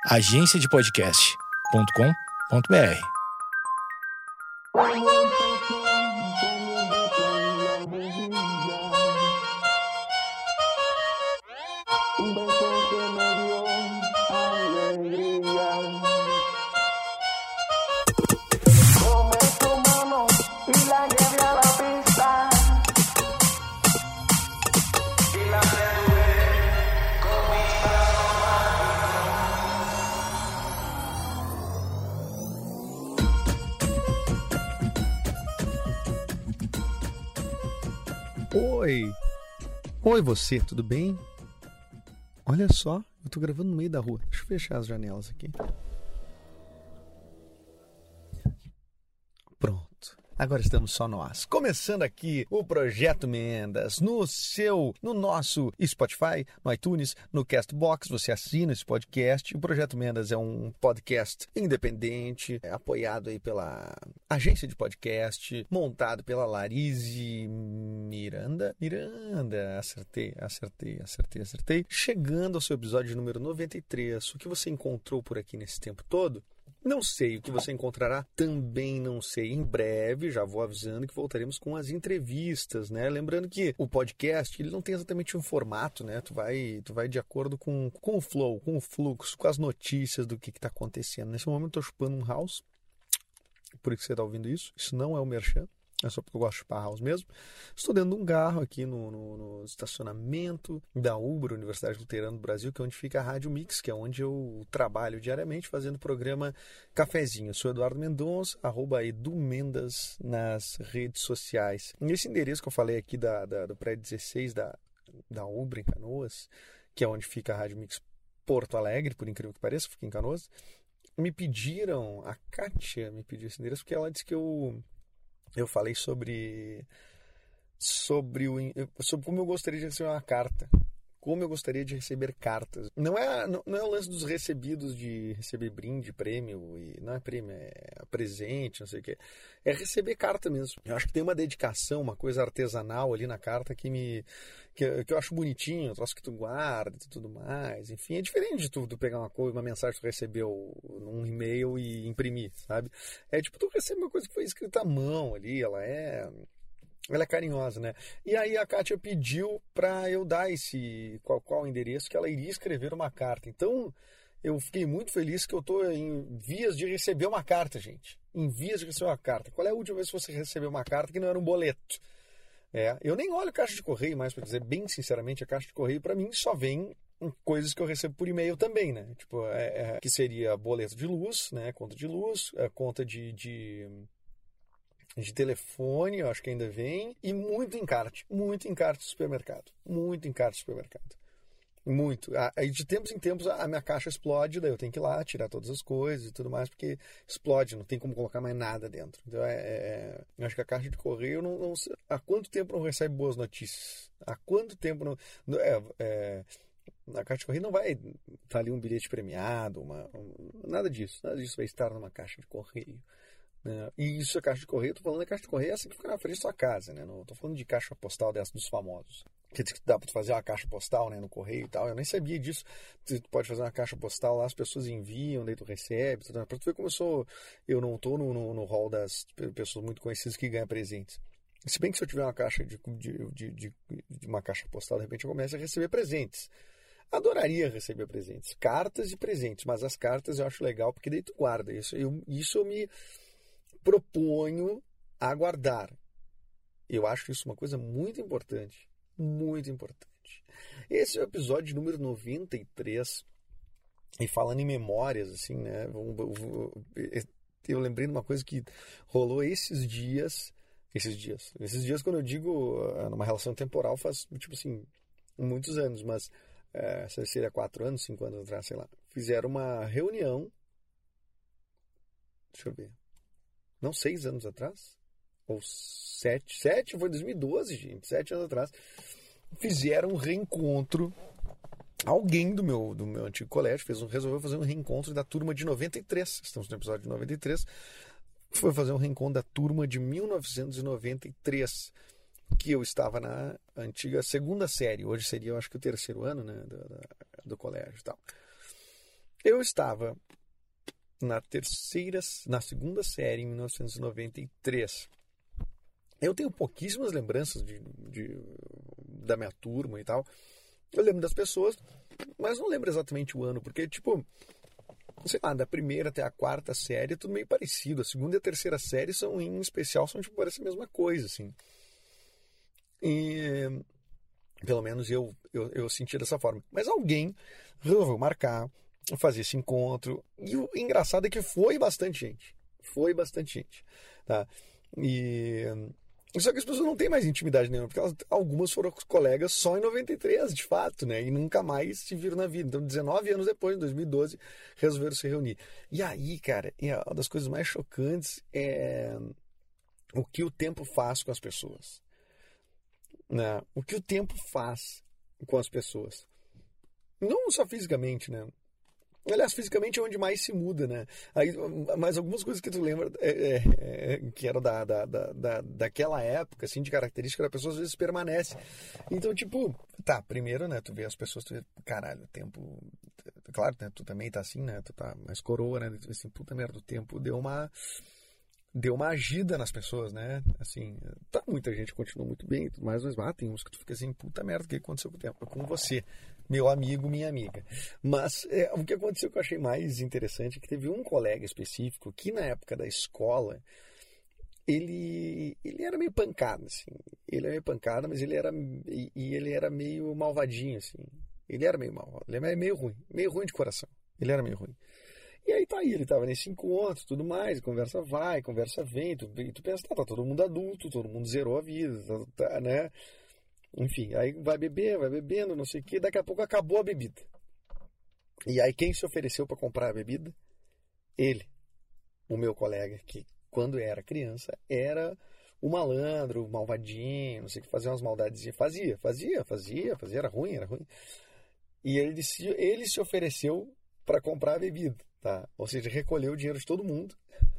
agenciadepodcast.com.br. Oi você, tudo bem? Olha só, eu tô gravando no meio da rua. Deixa eu fechar as janelas aqui. Pronto. Agora estamos só nós. Começando aqui o Projeto Mendas no nosso Spotify, no iTunes, no Castbox. Você assina esse podcast. O Projeto Mendas é um podcast independente, apoiado aí pela agência de podcast, montado pela Larise Miranda. Acertei. Chegando ao seu episódio número 93. O que você encontrou por aqui nesse tempo todo? Não sei. O que você encontrará? Também não sei. Em breve, já vou avisando que voltaremos com as entrevistas, né? Lembrando que o podcast, ele não tem exatamente um formato, né? Tu vai de acordo com o flow, com o fluxo, com as notícias do que está acontecendo. Nesse momento, eu tô chupando um house. Por isso que você está ouvindo isso. Isso não é o merchan. É só porque eu gosto de chupar house mesmo. Estou dentro de um carro aqui no estacionamento da UBRA, Universidade Luterana do Brasil, que é onde fica a Rádio Mix, que é onde eu trabalho diariamente fazendo o programa Cafezinho. Eu sou Eduardo Mendonça, @edumendas nas redes sociais. Nesse endereço que eu falei aqui do prédio 16 da UBRA em Canoas, que é onde fica a Rádio Mix Porto Alegre, por incrível que pareça, fica em Canoas, a Kátia me pediu esse endereço porque ela disse que eu falei sobre como eu gostaria de receber uma carta. Como eu gostaria de receber cartas. Não é o lance dos recebidos de receber brinde, prêmio, e não é prêmio, é presente, não sei o quê. É receber carta mesmo. Eu acho que tem uma dedicação, uma coisa artesanal ali na carta que eu acho bonitinho, um troço que tu guarda e tudo mais. Enfim, é diferente de tu pegar uma mensagem que tu recebeu num e-mail e imprimir, sabe? É tipo, tu recebe uma coisa que foi escrita à mão ali, ela é carinhosa, né? E aí a Kátia pediu para eu dar qual o endereço que ela iria escrever uma carta. Então, eu fiquei muito feliz que eu estou em vias de receber uma carta, gente. Em vias de receber uma carta. Qual é a última vez que você recebeu uma carta que não era um boleto? Eu nem olho caixa de correio mais, para dizer bem sinceramente, a caixa de correio para mim só vem coisas que eu recebo por e-mail também, né? Tipo, que seria boleto de luz, né? Conta de luz, conta de telefone, eu acho que ainda vem, e muito encarte do supermercado. Muito. Aí de tempos em tempos a minha caixa explode, daí eu tenho que ir lá tirar todas as coisas e tudo mais, porque explode, não tem como colocar mais nada dentro. Então eu acho que a caixa de correio não sei, há quanto tempo não recebe boas notícias? Há quanto tempo não... Na caixa de correio não vai estar ali um bilhete premiado, nada disso vai estar numa caixa de correio. E isso é caixa de correio, eu tô falando da caixa de correio essa que fica na frente da sua casa, né? Não tô falando de caixa postal dessa dos famosos. Que dá pra fazer uma caixa postal, né, no correio e tal. Eu nem sabia disso. Tu pode fazer uma caixa postal lá, as pessoas enviam, daí tu recebe. Pra tu ver como eu não tô no hall das pessoas muito conhecidas que ganham presentes. Se bem que se eu tiver uma caixa de uma caixa postal, de repente eu começo a receber presentes. Adoraria receber presentes, cartas e presentes, mas as cartas eu acho legal porque daí tu guarda. Isso eu me proponho a guardar. Eu acho isso uma coisa muito importante. Muito importante. Esse é o episódio número 93. E falando em memórias, assim, né? Eu lembrei de uma coisa que rolou esses dias, quando eu digo numa relação temporal, faz, tipo assim, muitos anos, mas seria 4 anos, 5 anos atrás, sei lá. Fizeram uma reunião. Deixa eu ver. Não, 6 anos atrás? Ou 7? 7 foi 2012, gente. 7 anos atrás. Fizeram um reencontro. Alguém do meu antigo colégio resolveu fazer um reencontro da turma de 93. Estamos no episódio de 93. Foi fazer um reencontro da turma de 1993. Que eu estava na antiga segunda série. Hoje seria, eu acho que o terceiro ano, né, do colégio e tal. Eu estava na segunda série, em 1993. Eu tenho pouquíssimas lembranças da minha turma e tal. Eu lembro das pessoas, mas não lembro exatamente o ano, porque, tipo, sei lá, da primeira até a quarta série é tudo meio parecido. A segunda e a terceira série em especial, tipo, parece a mesma coisa, assim. E pelo menos eu senti dessa forma. Mas alguém resolveu marcar, fazer esse encontro. E o engraçado é que foi bastante gente. Foi bastante gente. Tá? Só que as pessoas não têm mais intimidade nenhuma, porque algumas foram colegas só em 93, de fato, né? E nunca mais se viram na vida. Então, 19 anos depois, em 2012, resolveram se reunir. E aí, cara, uma das coisas mais chocantes é o que o tempo faz com as pessoas. Né? O que o tempo faz com as pessoas. Não só fisicamente, né? Aliás, fisicamente é onde mais se muda, né? Aí, mas algumas coisas que tu lembra que eram daquela época, assim, de característica da pessoa, às vezes permanece. Então, tipo, tá, primeiro, né, tu vê as pessoas, tu vê, caralho, o tempo... Claro, né, tu também tá assim, né? Tu tá mais coroa, né? Tu vê assim, puta merda, o tempo deu uma agida nas pessoas, né? Assim, tá, muita gente continua muito bem, mas tem uns que tu fica assim, puta merda, o que aconteceu com o tempo? Com você, meu amigo, minha amiga. Mas o que aconteceu que eu achei mais interessante é que teve um colega específico que na época da escola, ele era meio pancada, assim. Ele era meio pancada, mas ele era meio malvadinho, assim. Ele era meio malvado, ele era meio ruim de coração. Ele era meio ruim. E aí ele tava nesse encontro, tudo mais, conversa vai, conversa vem, e tu pensa, tá todo mundo adulto, todo mundo zerou a vida, tá, né? Enfim, aí vai bebendo, não sei o que, daqui a pouco acabou a bebida. E aí quem se ofereceu para comprar a bebida? Ele, o meu colega, que quando era criança, era o malandro, o malvadinho, não sei o que, fazia umas maldades, fazia, era ruim. E ele se ofereceu para comprar a bebida. Tá? Ou seja, recolheu o dinheiro de todo mundo.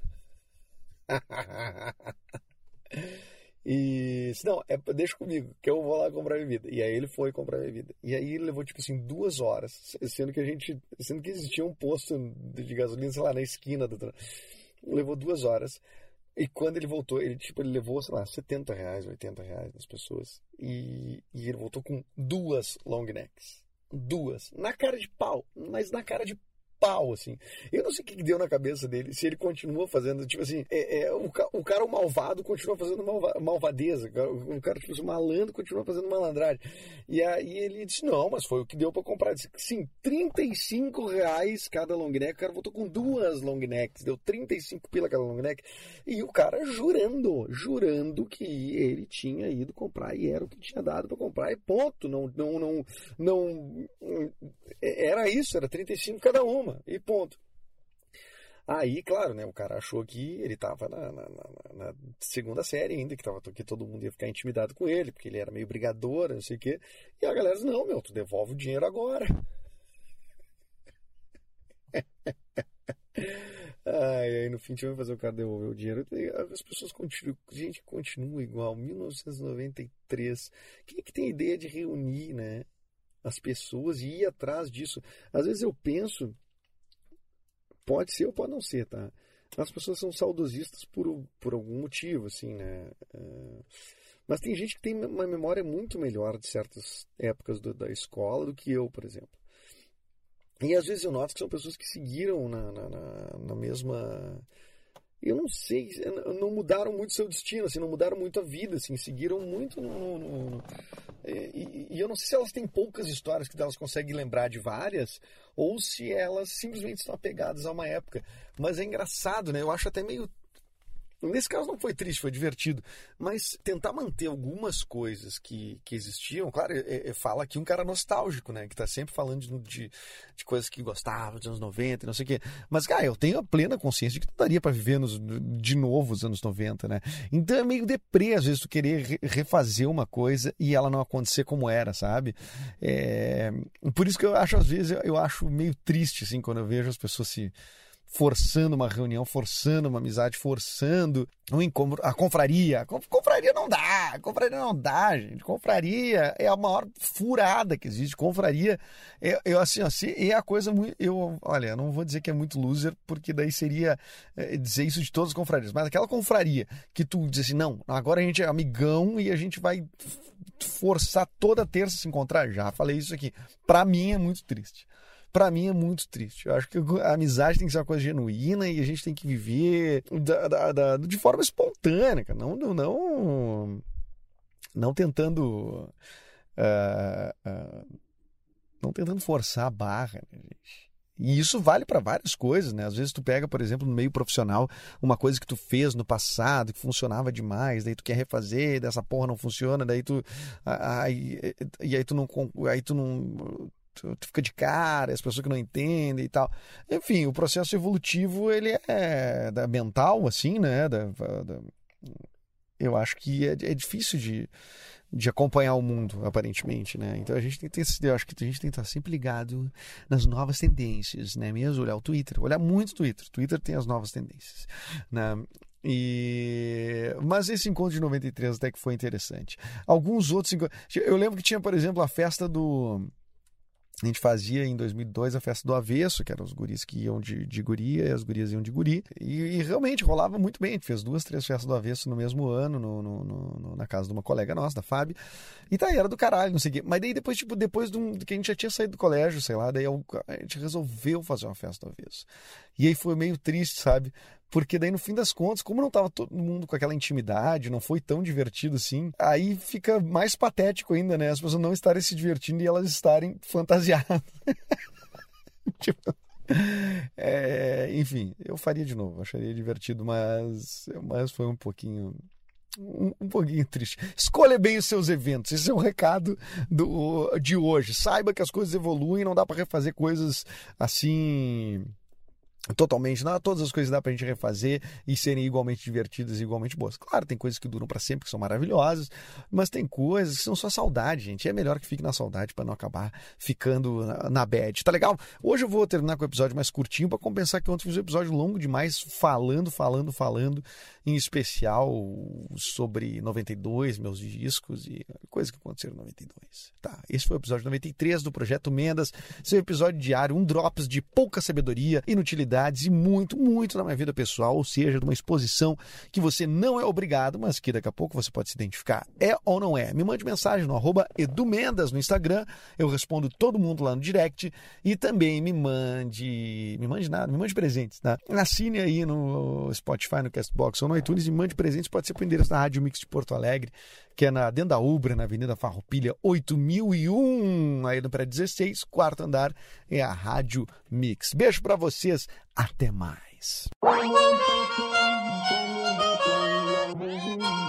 E disse, não, deixa comigo, que eu vou lá comprar bebida. E aí ele foi comprar bebida. E aí ele levou, tipo assim, 2 horas, sendo que existia um posto de gasolina, sei lá, na esquina. Levou 2 horas. E quando ele voltou, ele levou, sei lá, R$70, R$80 das pessoas. E ele voltou com 2 long necks. 2. Na cara de pau. Mas na cara de pau, assim. Eu não sei o que deu na cabeça dele, se ele continua fazendo, tipo assim, o cara, o malvado, continua fazendo malvadeza, o cara, tipo assim, malandro, continua fazendo malandragem. E aí ele disse, não, mas foi o que deu pra comprar. Disse, sim, R$35 cada long neck, o cara voltou com 2 long necks, deu 35 pila cada long neck, e o cara jurando que ele tinha ido comprar, e era o que tinha dado pra comprar, e ponto, não, era isso, era 35 cada uma. E ponto. Aí, claro, né, o cara achou que ele estava na segunda série ainda, que todo mundo ia ficar intimidado com ele, porque ele era meio brigador, não sei o quê. E a galera disse, não, meu, tu devolve o dinheiro agora. Aí no fim tinha que fazer o cara devolver o dinheiro. As pessoas continuam igual. 1993. Quem é que tem ideia de reunir, né, as pessoas e ir atrás disso? Às vezes eu penso, pode ser ou pode não ser, tá? As pessoas são saudosistas por algum motivo, assim, né? Mas tem gente que tem uma memória muito melhor de certas épocas da escola do que eu, por exemplo. E às vezes eu noto que são pessoas que seguiram na mesma... Eu não sei, não mudaram muito seu destino, assim, não mudaram muito a vida, assim, seguiram muito e eu não sei se elas têm poucas histórias que elas conseguem lembrar de várias, ou se elas simplesmente estão apegadas a uma época. Mas é engraçado, né? Eu acho até meio... Nesse caso não foi triste, foi divertido. Mas tentar manter algumas coisas que existiam... Claro, fala aqui um cara nostálgico, né? Que tá sempre falando de coisas que gostava dos anos 90 e não sei o quê. Mas, cara, eu tenho a plena consciência de que não daria pra viver de novo os anos 90, né? Então é meio deprê, às vezes, tu querer refazer uma coisa e ela não acontecer como era, sabe? Por isso que eu acho, às vezes, eu acho meio triste, assim, quando eu vejo as pessoas forçando uma reunião, forçando uma amizade, forçando um encontro. A confraria. Confraria não dá, gente. Confraria é a maior furada que existe. Confraria é a coisa muito... Olha, eu não vou dizer que é muito loser, porque daí seria dizer isso de todas as confrarias. Mas aquela confraria que tu diz assim, não, agora a gente é amigão e a gente vai forçar toda terça a se encontrar. Já falei isso aqui. Pra mim é muito triste. Eu acho que a amizade tem que ser uma coisa genuína e a gente tem que viver de forma espontânea, cara. Não tentando não tentando forçar a barra, né, gente? E isso vale para várias coisas, né? Às vezes tu pega, por exemplo, no meio profissional, uma coisa que tu fez no passado, que funcionava demais, daí tu quer refazer, dessa porra não funciona, daí tu tu fica de cara, as pessoas que não entendem e tal. Enfim, o processo evolutivo, ele é mental, assim, né? Eu acho que é difícil de acompanhar o mundo, aparentemente, né? Então a gente tem que eu acho que a gente tem que estar sempre ligado nas novas tendências, né? Mesmo olhar o Twitter, olhar muito o Twitter. O Twitter tem as novas tendências, né? Mas esse encontro de 93 até que foi interessante. Alguns outros encontros... Eu lembro que tinha, por exemplo, a festa do... A gente fazia em 2002 a festa do avesso, que eram os guris que iam de guria e as gurias iam de guri. E realmente rolava muito bem. A gente fez 2, 3 festas do avesso no mesmo ano, na casa de uma colega nossa, da Fábio. E tá aí, era do caralho, não sei o quê. Mas daí depois que a gente já tinha saído do colégio, sei lá, daí a gente resolveu fazer uma festa do avesso. E aí foi meio triste, sabe? Porque daí, no fim das contas, como não tava todo mundo com aquela intimidade, não foi tão divertido assim, aí fica mais patético ainda, né? As pessoas não estarem se divertindo e elas estarem fantasiadas. Tipo, enfim, eu faria de novo, acharia divertido, mas foi um pouquinho triste. Escolha bem os seus eventos. Esse é o recado de hoje. Saiba que as coisas evoluem, não dá para refazer coisas assim... Totalmente, não, todas as coisas dá pra gente refazer e serem igualmente divertidas e igualmente boas. Claro, tem coisas que duram pra sempre, que são maravilhosas, mas tem coisas que são só saudade, gente. É melhor que fique na saudade pra não acabar ficando na bad. Tá legal? Hoje eu vou terminar com o episódio mais curtinho pra compensar que ontem fiz um episódio longo demais, falando, em especial sobre 92, meus discos e coisas que aconteceram em 92. Tá, esse foi o episódio 93 do Projeto Mendas, seu episódio diário, um drops de pouca sabedoria, inutilidade e muito, muito na minha vida pessoal, ou seja, de uma exposição que você não é obrigado, mas que daqui a pouco você pode se identificar. É ou não é? Me mande mensagem no @edumendas no Instagram, eu respondo todo mundo lá no direct e também me mande presentes, tá? Assine aí no Spotify, no Castbox ou no iTunes e mande presentes, pode ser pro endereço da Rádio Mix de Porto Alegre, que é dentro da Ubra, na Avenida Farroupilha 8001, aí no prédio 16, quarto andar, é a Rádio Mix. Beijo pra vocês, até mais.